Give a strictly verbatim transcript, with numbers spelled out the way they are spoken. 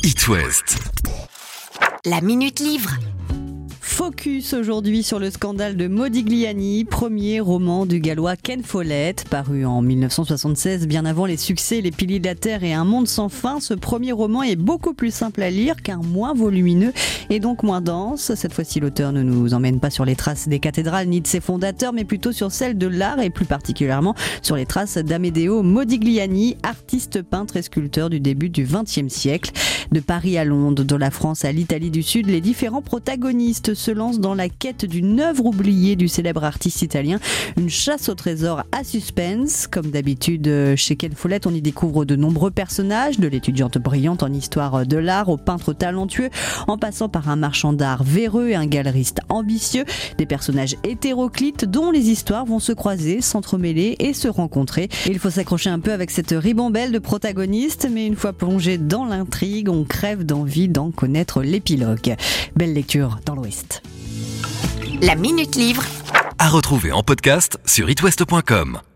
It West. La Minute Livre. Focus aujourd'hui sur le scandale de Modigliani, premier roman du gallois Ken Follett, paru en dix-neuf cent soixante-seize, bien avant les succès Les Piliers de la Terre et Un monde sans fin. Ce premier roman est beaucoup plus simple à lire car moins volumineux et donc moins dense. Cette fois-ci, l'auteur ne nous emmène pas sur les traces des cathédrales ni de ses fondateurs, mais plutôt sur celles de l'art et plus particulièrement sur les traces d'Amedeo Modigliani, artiste, peintre et sculpteur du début du vingtième siècle. De Paris à Londres, de la France à l'Italie du Sud, les différents protagonistes se lancent dans la quête d'une œuvre oubliée du célèbre artiste italien. Une chasse au trésor à suspense. Comme d'habitude, chez Ken Follett, on y découvre de nombreux personnages, de l'étudiante brillante en histoire de l'art au peintre talentueux, en passant par un marchand d'art véreux et un galeriste ambitieux. Des personnages hétéroclites dont les histoires vont se croiser, s'entremêler et se rencontrer. Il faut s'accrocher un peu avec cette ribambelle de protagonistes, mais une fois plongé dans l'intrigue, on crève d'envie d'en connaître l'épilogue. Belle lecture dans l'Ouest. La Minute Livre. À retrouver en podcast sur it west point com.